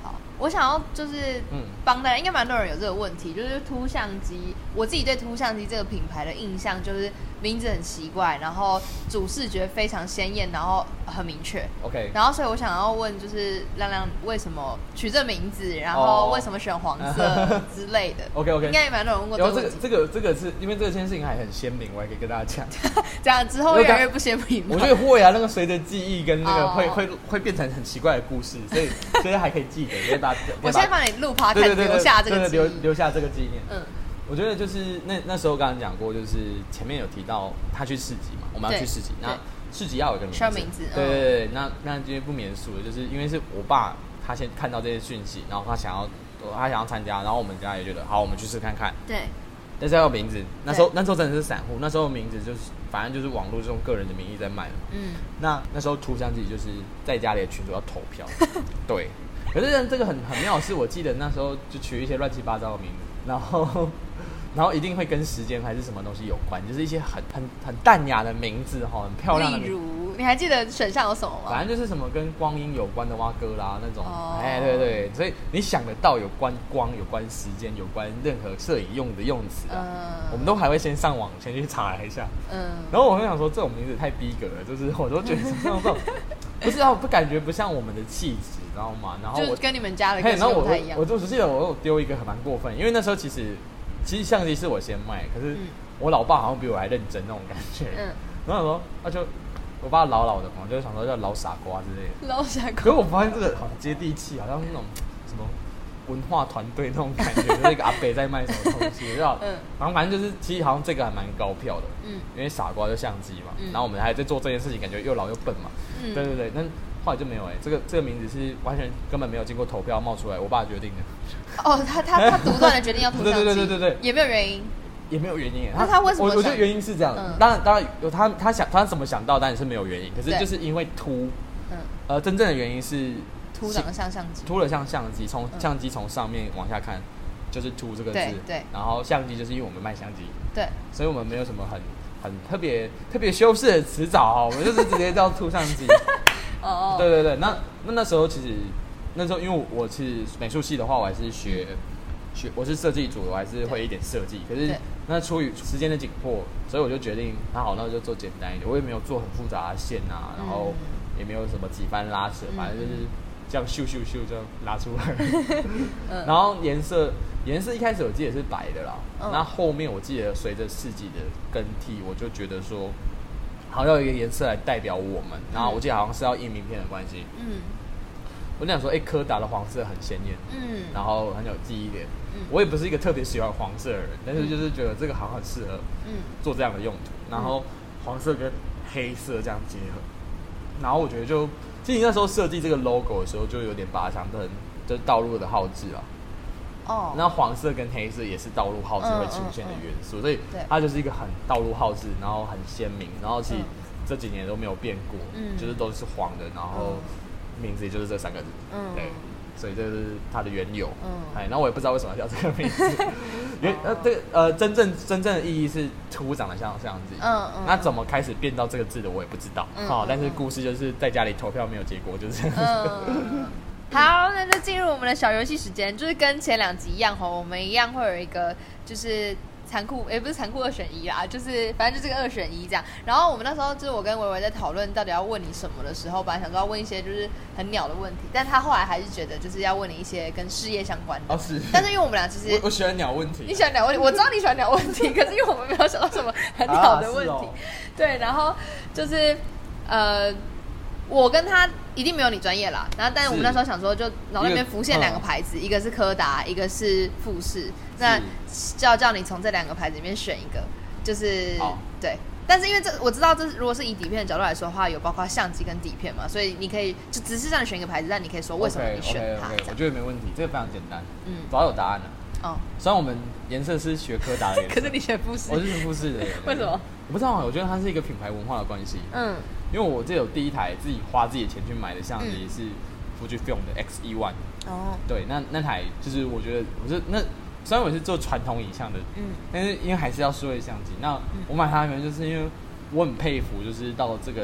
我想要就是帮大家，应该蛮多人有这个问题，就是凸相机。我自己对凸相机这个品牌的印象就是名字很奇怪，然后主视觉非常鲜艳，然后很明确。 OK。 然后所以我想要问，就是亮亮为什么取这名字，然后为什么选黄色之类的。 OK。 应该也蛮多人问过这个问题。 这个是因为这件事情还很鲜明，我还可以跟大家讲。 这样之后越来越不鲜明吗？ 我觉得会啊，那个随着记忆跟那个会变成很奇怪的故事，所以还可以记得，因为大家。 我先帮你录 podcast， 留下这个记忆， 留下这个纪念。我觉得就是那时候刚刚讲过，就是前面有提到他去市集嘛，我们要去市集，那市集要有一个名字， 需要名字。 对，那今天不免俗的，就是因为是我爸他先看到这些讯息，然后他想要参加，然后我们家也觉得好，我们去试看看。 对。 但是要有名字，那时候真的是散户，那时候名字就是反正就是网络这种个人的名义在卖嘛。那时候图相机就是在家里的群主要投票，对。可是这个很妙的是，我记得那时候就取一些乱七八糟的名字，然后一定会跟时间还是什么东西有关，就是一些很淡雅的名字哈，很漂亮的名字。 例如，你还记得选项有什么吗？ 反正就是什么跟光阴有关的蛙哥啦那种，对，所以你想得到有关光、有关时间、有关任何摄影用的用词我们都还会先上网先去查一下。然后我会想说，这种名字太逼格了，就是我都觉得这种不是不感觉不像我们的气质，你知道吗？然后就跟你们家的个性不太一样。 我就记得我有丢一个蛮过分，因为那时候其实相机是我先卖，可是我老爸好像比我还认真那种感觉。然后我说我爸老的嘛，就是想说叫老傻瓜之类的。 老傻瓜。 可是我发现这个好接地气，好像那种什么文化团队那种感觉，就是一个阿伯在卖什么东西，然后反正就是其实好像这个还蛮高票的，因为傻瓜就相机嘛，然后我们还在做这件事情，感觉又老又笨嘛，对，那后来就没有这个名字是完全根本没有经过投票冒出来，我爸决定的。 他独断的决定要涂相机， 对， 也没有原因。 也没有原因。 那他为什么？ 我觉得原因是这样，当然有他怎么想到，当然是没有原因。可是就是因为凸，真正的原因是凸长得像相机， 凸了像相机，相机从上面往下看就是凸这个字， 对。然后相机就是因为我们卖相机， 对， 所以我们没有什么很特别修饰的词藻哈，我们就是直接叫凸相机。对，那时候其实那时候因为我其实美术系的话，我还是学我是设计组，我还是会一点设计，可是那出于时间的紧迫，所以我就决定，好，那我就做简单一点。我也没有做很复杂的线啊，然后也没有什么几番拉扯，反正就是这样咻这样拉出来。然后颜色一开始我记得是白的啦，那后面我记得随着世纪的更替，我就觉得说，好要有一个颜色来代表我们，然后我记得好像是要印名片的关系，我就想说，柯达的黄色很鲜艳，然后很有记忆点。我也不是一个特别喜欢黄色的人，但是就是觉得这个好像很适合做这样的用途。然后黄色跟黑色这样结合，然后我觉得其实你那时候设计这个 logo 的时候，就有点把它想成就是道路的号志啊。那黄色跟黑色也是道路号志会出现的元素，所以它就是一个很道路号志，然后很鲜明，然后其实这几年都没有变过，就是都是黄的，然后名字也就是这3个字，对，所以这是它的缘由，然后我也不知道为什么要叫这个名字，这个真正的意义是凸长得像相机，那怎么开始变到这个字的我也不知道，但是故事就是在家里投票没有结果，就是这样。 好，那就进入我们的小游戏时间，就是跟前2集一样我们一样会有一个就是残酷，也不是残酷2选1啦，就是反正就这个2选1这样。然后我们那时候就是我跟维维在讨论到底要问你什么的时候，本来想说要问一些就是很鸟的问题，但他后来还是觉得就是要问你一些跟事业相关的。是。但是因为我们俩其实我喜欢鸟问题， 你喜欢鸟问题，我知道你喜欢鸟问题，可是因为我们没有想到什么很鸟的问题，对，然后就是我跟他一定没有你专业啦，然后但是我们那时候想说，就脑袋里面浮现2个牌子，一个是柯达，一个是富士，那叫你从这2个牌子里面选一个，就是对。但是因为我知道如果是以底片的角度来说的话，有包括相机跟底片嘛，所以你可以就只是让你选一个牌子，但你可以说为什么你选它。 我觉得没问题，这个非常简单，早有答案了。虽然我们颜色是学柯达的， 可是你选富士， 我是选富士的， 为什么？ 我不知道，我觉得它是一个品牌文化的关系。因为我这有第一台自己花自己的钱去买的相机是Fujifilm 的 X-E1。对，那台就是我觉得虽然我是做传统影像的，但是因为还是要数位相机。那我买它的原因就是因为我很佩服，就是到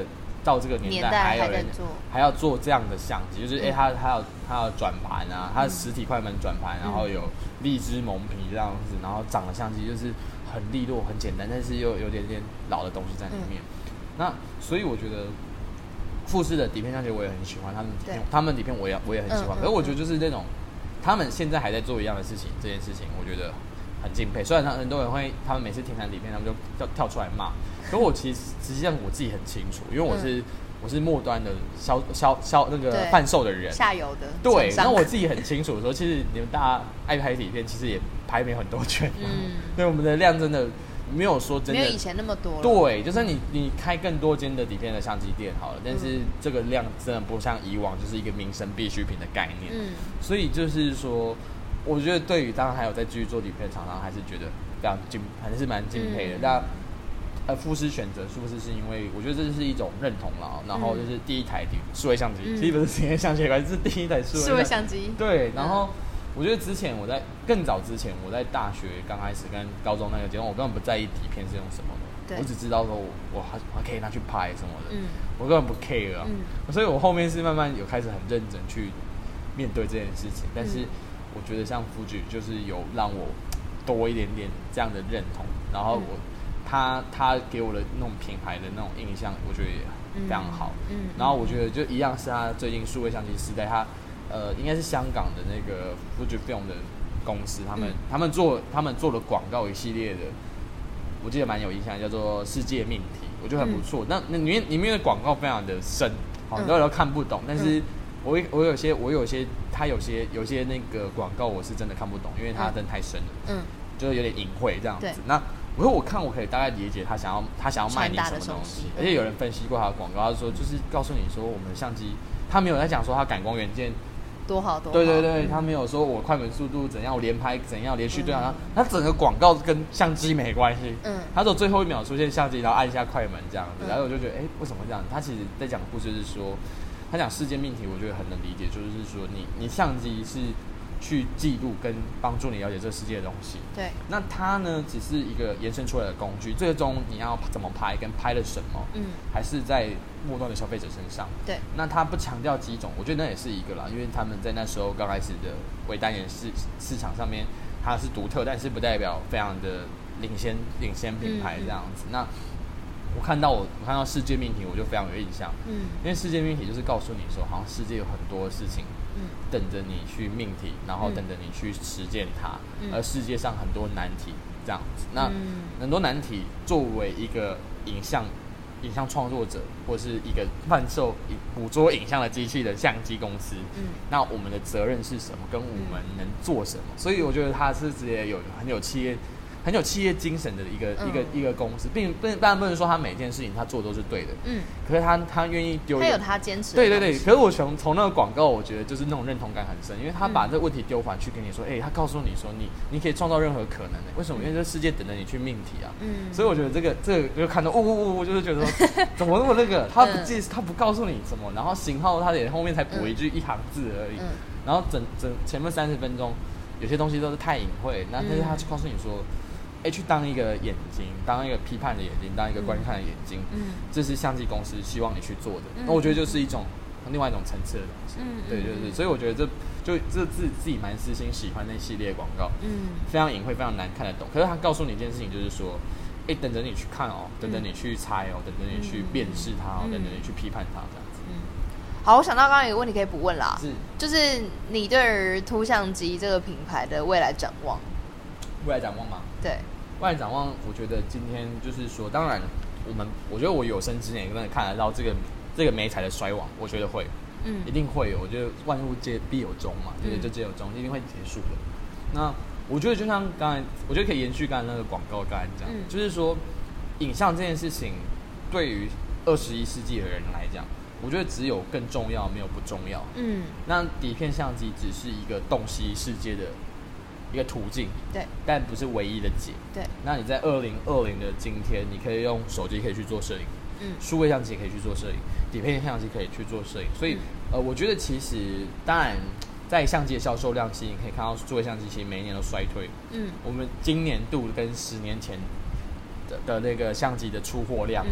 到这个年代还有人还要做这样的相机，就是它要转盘啊，它的实体快门转盘，然后有荔枝蒙皮这样子，然后长的相机就是很利落很简单，但是又有点老的东西在里面。那所以我觉得富士的底片相机我也很喜欢，他们底片我也很喜欢，可是我觉得就是那种他们现在还在做一样的事情，这件事情我觉得很敬佩。虽然很多人他们每次停产底片，他们就跳出来骂，可我实际上我自己很清楚，因为我是末端的那个贩售的人， 下游的。 对，那我自己很清楚的说，其实你们大家爱拍底片，其实也拍没有很多圈，对，我们的量真的没有说真的没有以前那么多了。 对，就算你开更多间的底片的相机店好了，但是这个量真的不像以往就是一个民生必需品的概念。所以就是说，我觉得对于当然还有在继续做底片的厂商，还是觉得非常还是蛮敬佩的。那富士选择是不是因为我觉得这是一种认同啦，然后就是第一台数位相机，其实不是今天相机关系，是第一台数位相机。对，然后我觉得更早之前，我在大学刚开始跟高中那个阶段，我根本不在意底片是用什么的，我只知道说我可以拿去拍什么的，我根本不 care 啊。所以我后面是慢慢有开始很认真去面对这件事情，但是我觉得像富士就是有让我多一点点这样的认同，然后他给我的那种品牌的那种印象，我觉得也非常好。然后我觉得就一样是他最近数位相机时代，应该是香港的那个 Fujifilm 的公司，他们做的广告一系列的，我记得蛮有印象，叫做世界命题，我觉得很不错。那里面的广告非常的深，很多人都看不懂，但是我有些他有些那个广告我是真的看不懂，因为它真的太深了，就是有点隐晦这样子。那我可以大概理解他想要卖你什么东西，而且有人分析过他的广告，他说就是告诉你说我们的相机，他没有在讲说他感光元件多好， 对，他没有说我快门速度怎样，我连拍怎样，连续对啊，他整个广告跟相机没关系，他说最后一秒出现相机，然后按一下快门这样子，然后我就觉得为什么这样？他其实在讲的故事是说，他讲世界命题，我觉得很能理解，就是说你相机是去记录跟帮助你了解这个世界的东西。 对， 那它呢只是一个延伸出来的工具，最终你要怎么拍跟拍了什么，还是在末端的消费者身上。 对， 那他不强调几种，我觉得那也是一个啦，因为他们在那时候刚开始的微单元市场上面，它是独特，但是不代表非常的领先品牌这样子。那我看到世界命题，我就非常有印象，因为世界命题就是告诉你说，好像世界有很多事情，等着你去命题，然后等着你去实践它，而世界上很多难题这样子。那很多难题作为一个影像创作者，或是一个贩售捕捉影像的机器的相机公司，那我们的责任是什么，跟我们能做什么？所以我觉得它是直接很有企业精神的一个公司，当然不能说他每件事情他做都是对的，可是他愿意丢， 他有他坚持的， 对。可是我从那个广告，我觉得就是那种认同感很深，因为他把这个问题丢回去跟你说，他告诉你说你可以创造任何可能的，为什么？因为这世界等着你去命题啊，所以我觉得这个就看到就是觉得说怎么那么那个，他不告诉你什么，然后型号他也后面才补一行字而已，然后整前面30分钟有些东西都是太隐晦，但是他就告诉你说。去当一个眼睛，当一个批判的眼睛，当一个观看的眼睛，这是相机公司希望你去做的。那我觉得就是一种另外一种层次的东西。对，所以我觉得这自己蛮私心喜欢那系列广告，非常隐晦，非常难看得懂。可是他告诉你一件事情，就是说，等着你去看哦，等着你去猜哦，等着你去辨识它哦，等着你去批判它这样子。 好，我想到刚刚有一个问题可以补问啦，就是你对图相机这个品牌的未来展望。 未来展望吗？ 对， 未来展望，我觉得今天就是说，当然，我觉得我有生之年真的看得到这个媒材的衰亡，我觉得会，一定会有。我觉得万物必有终嘛，对，就皆有终，一定会结束的。那我觉得就像刚才，我觉得可以延续刚才那个广告刚才讲，就是说，影像这件事情对于21世纪的人来讲，我觉得只有更重要，没有不重要。那底片相机只是一个洞悉世界的一个途径， 对， 但不是唯一的解。 对， 那你在2020的今天，你可以用手机可以去做摄影，数位相机也可以去做摄影，底片相机可以去做摄影。所以，我觉得其实当然，在相机的销售量，其实你可以看到数位相机其实每一年都衰退。我们今年度跟10年前的那个相机的出货量，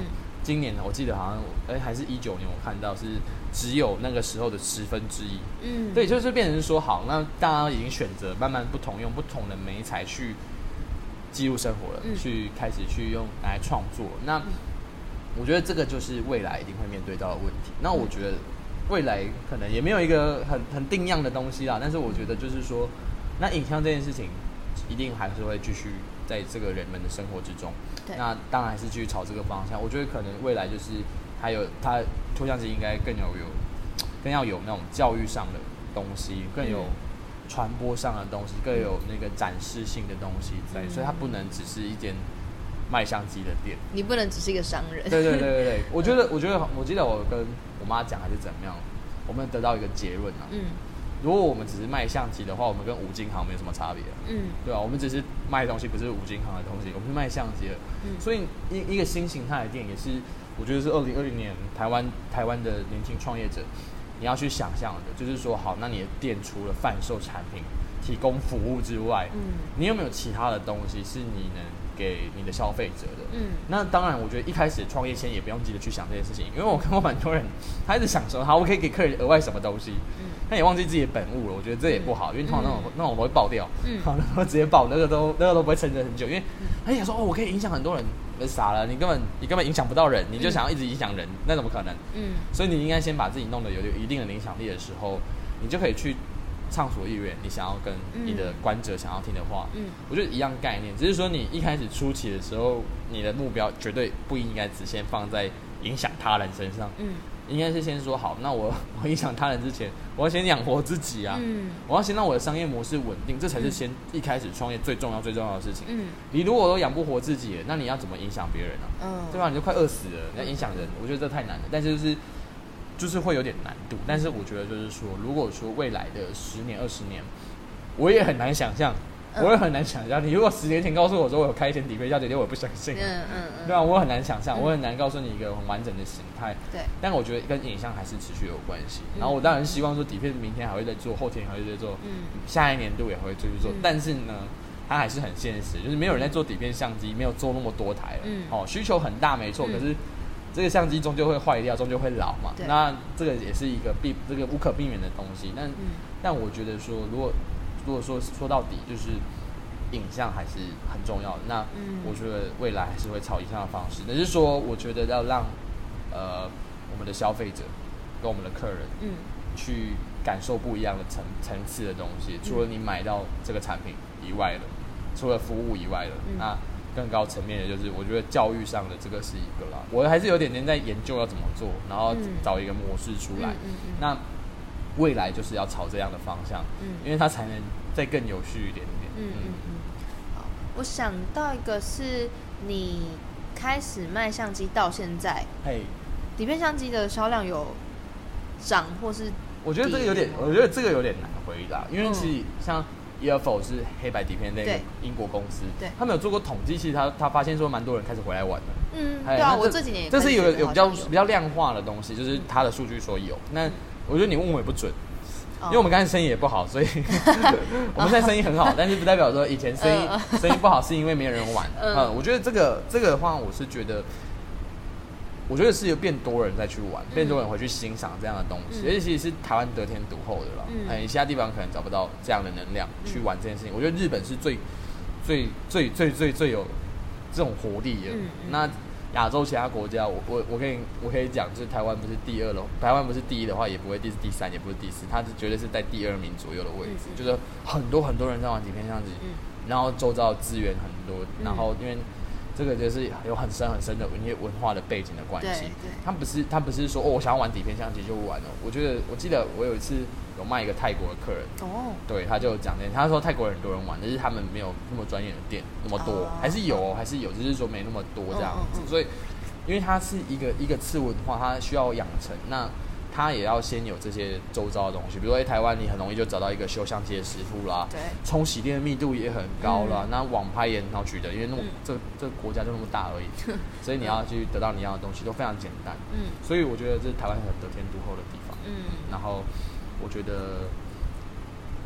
今年我记得好像还是19年，我看到是只有那个时候的1/10。对，就是变成说好，那大家已经选择慢慢用不同的媒材去记录生活了，去开始去用来创作。那我觉得这个就是未来一定会面对到的问题。那我觉得未来可能也没有一个很定样的东西啦，但是我觉得就是说，那影像这件事情一定还是会继续在这个人们的生活之中。那当然还是继续朝这个方向。我觉得可能未来就是它拖相机应该更要有那种教育上的东西，更有传播上的东西，更有那个展示性的东西在，所以它不能只是一间卖相机的店， 你不能只是一个商人。 对，我记得我跟我妈讲还是怎么样，我们得到一个结论啊。如果我们只是卖相机的话，我们跟五金行没有什么差别。对吧？我们只是卖的东西不是五金行的东西，我们是卖相机的。所以一个新形态的店也是，我觉得是2020年台湾的年轻创业者你要去想象的，就是说好，那你的店除了贩售产品、提供服务之外，你有没有其他的东西是你能给你的消费者的？那当然，我觉得一开始创业前也不用急着去想这件事情，因为我看过蛮多人，他一直想说，好，我可以给客人额外什么东西，但也忘记自己的本物了。我觉得这也不好，因为通常那种都会爆掉，然后直接爆，那个都不会撑着很久，因为他想说我可以影响很多人，傻了，你根本影响不到人，你就想要一直影响人，那怎么可能？所以你应该先把自己弄得有一定的影响力的时候，你就可以去畅所欲言，你想要跟你的观者想要听的话，我觉得一样概念，只是说你一开始初期的时候，你的目标绝对不应该只先放在影响他人身上，应该是先说好，那我影响他人之前，我要先养活自己啊，我要先让我的商业模式稳定，这才是先一开始创业最重要的事情。你如果都养不活自己，那你要怎么影响别人啊？对吧？你就快饿死了，你要影响人，我觉得这太难了。但是就是会有点难度，但是我觉得就是说，如果说未来的10年、20年，我也很难想象。你如果10年前告诉我说我有开一间底片相机店，我也不相信。对啊，我很难想象，我很难告诉你一个很完整的形态。对，但我觉得跟影像还是持续有关系。然后我当然希望说底片明天还会再做，后天还会再做，下一年度也会继续做。但是呢，它还是很现实，就是没有人在做底片相机，没有做那么多台了。需求很大，没错，可是这个相机终究会坏掉，终究会老嘛。那这个也是一个这个无可避免的东西。但我觉得说，如果说到底，就是影像还是很重要的。那我觉得未来还是会朝影像的方式，只是说我觉得要让我们的消费者跟我们的客人去感受不一样的层次的东西。除了你买到这个产品以外的，除了服务以外的，那更高层面的就是我觉得教育上的这个是一个啦。我还是有点在研究要怎么做，然后找一个模式出来。那未来就是要朝这样的方向，因为它才能再更有序一点点。 好，我想到一个是你开始卖相机到现在，底片相机的销量有涨或是？我觉得这个有点难回答，因为其实像 EFO 是黑白底片那个英国公司，他们有做过统计，其实他发现说蛮多人开始回来玩的。 对啊，我这几年也这是有比较量化的东西，就是他的数据说有。那我觉得你问我也不准，因为我们刚才生意也不好，所以我们现在生意很好，但是不代表说以前生意不好是因为没有人玩。我觉得这个的话，我觉得是有变多人再去玩，变多人会去欣赏这样的东西，而且其实是台湾得天独厚的啦。其他地方可能找不到这样的能量去玩这件事情。我觉得日本是最有这种活力的。那亚洲其他国家，我可以讲，就是台湾不是第2了，台湾不是第1的话，也不会第3，也不是第4，它是绝对是在第2名左右的位置。就是很多人在玩底片相机，然后周遭资源很多，然后因为这个就是有很深的文化的背景的关系。他不是说我想要玩底片相机就玩了。我记得我有一次有卖一个泰国的客人，对，他就讲他说泰国人很多人玩，但是他们没有那么专业的店那么多，还是有，只是说没那么多这样子。所以因为它是一个次文化，它需要养成，那他也要先有这些周遭的东西，比如说台湾你很容易就找到一个修相机的师傅啦，冲洗店的密度也很高啦，那网拍也很好取得，因为这个国家就那么大而已，所以你要去得到你要的东西都非常简单。所以我觉得这是台湾很得天独厚的地方。然后我觉得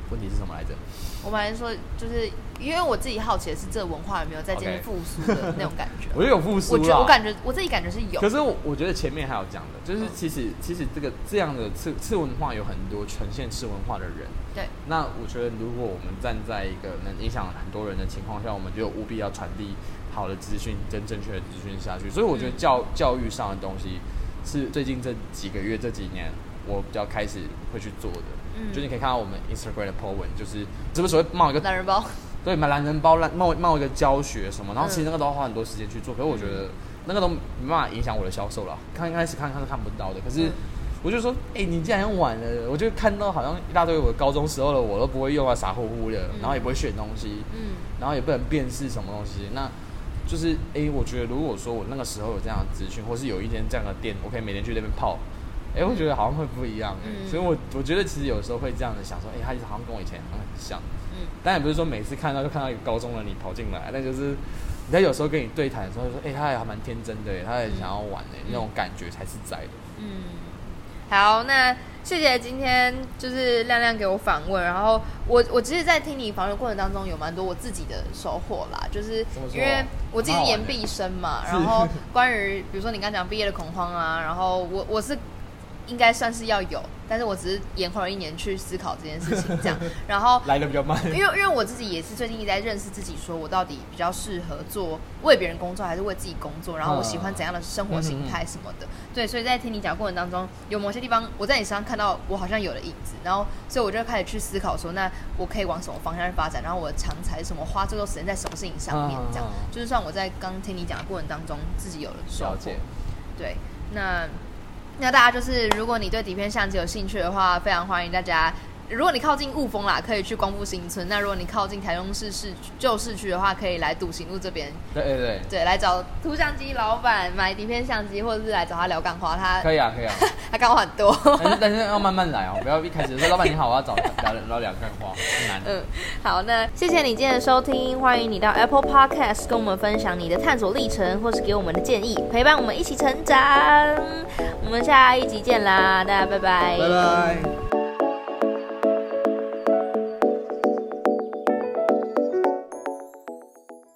问题是什么来着？ 我本来说就是因为我自己好奇的是，这个文化有没有在渐渐复苏的那种感觉？ 我觉得有复苏啦， 我自己感觉是有。 可是我觉得前面还有讲的，就是其实这样的次文化有很多呈现次文化的人。 对。那我觉得如果我们站在一个能影响很多人的情况下，我们就务必要传递好的资讯跟正确的资讯下去。所以我觉得教育上的东西是最近这几个月这几年我比较开始会去做的。就你可以看到我们 Instagram 的 po 文，就是时不时会冒一个懒人包， 对，买懒人包，冒一个教学什么，然后其实那个都要花很多时间去做。可是我觉得那个都没办法影响我的销售啦。刚开始看是看不到的，可是我就说，你既然用完了，我就看到好像一大堆我高中时候的我都不会用啊，傻乎乎的，然后也不会选东西，然后也不能辨识什么东西。那就是我觉得如果说我那个时候有这样的资讯，或是有一间这样的店，我可以每天去那边泡。我觉得好像会不一样，所以我觉得其实有时候会这样子想说，他好像跟我以前好像很像，但也不是说每次看到就看到一个高中的你跑进来，但就是你在有时候跟你对谈的时候，就说他还蛮天真的，他也想要玩的，那种感觉才是在的。 好，那谢谢今天就是亮亮给我访问，然后我其实，在听你访问的过程当中，有蛮多我自己的收获啦，就是因为我自己是研毕生嘛，然后关于比如说你刚讲毕业的恐慌啊，然后我是应该算是要有，但是我只是延后了1年去思考这件事情，这样，然后来的比较慢， 因为我自己也是最近一直在认识自己，说我到底比较适合做为别人工作还是为自己工作，然后我喜欢怎样的生活形态什么的，对，所以在听你讲过程当中，有某些地方我在你身上看到我好像有了影子，然后所以我就开始去思考说，那我可以往什么方向去发展，然后我的长才是什么，花最多时间在什么事情上面，这样，就是算我在刚听你讲的过程当中自己有了收获，对，那大家就是，如果你对底片相机有兴趣的话，非常欢迎大家。如果你靠近雾峰啦，可以去光复新村；那如果你靠近台中市旧市区的话，可以来笃行路这边。对，来找图相机老板买底片相机，或者是来找他聊干话。他可以啊， 他干话很多。 但是要慢慢来哦，不要一开始说老板你好，我要聊干话，很难。 好，那谢谢你今天的收听，欢迎你到 Apple Podcast 跟我们分享你的探索历程，或是给我们的建议，陪伴我们一起成长。我们下一集见啦，大家拜拜。 拜拜。